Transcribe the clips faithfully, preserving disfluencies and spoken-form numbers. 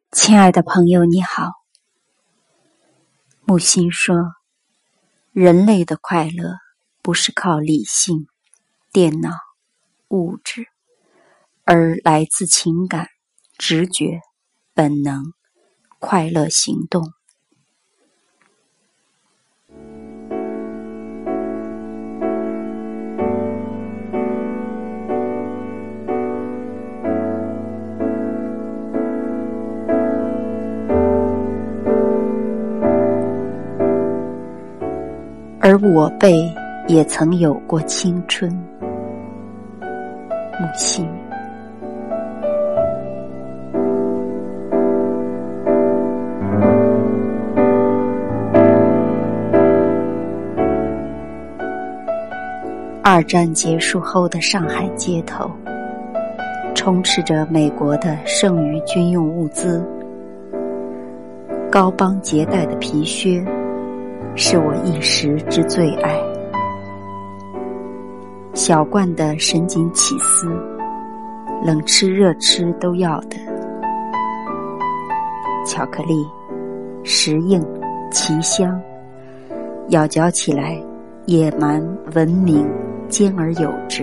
亲爱的朋友，你好。木心说，人类的快乐不是靠理性、电脑、物质，而来自情感、直觉、本能、快乐行动。而我辈也曾有过青春。木心。二战结束后的上海街头，充斥着美国的剩余军用物资。高帮结带的皮靴是我一时之最爱，小罐的神经起司，冷吃热吃都要的。巧克力实硬奇香，咬嚼起来野蛮文明，兼而有之。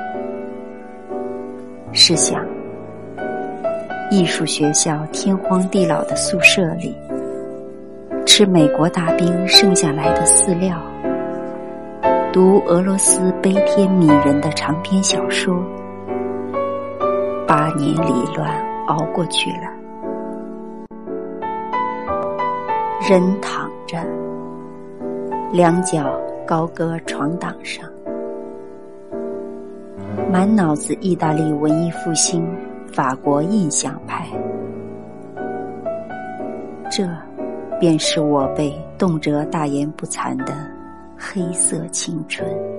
试想，艺术学校天荒地老的宿舍里，吃美国大兵剩下来的饲料，读俄罗斯悲天悯人的长篇小说，八年里乱熬过去了。人躺着，两脚高搁床档上，满脑子意大利文艺复兴、法国印象派，这便是我被动辄大言不惭的黑色青春。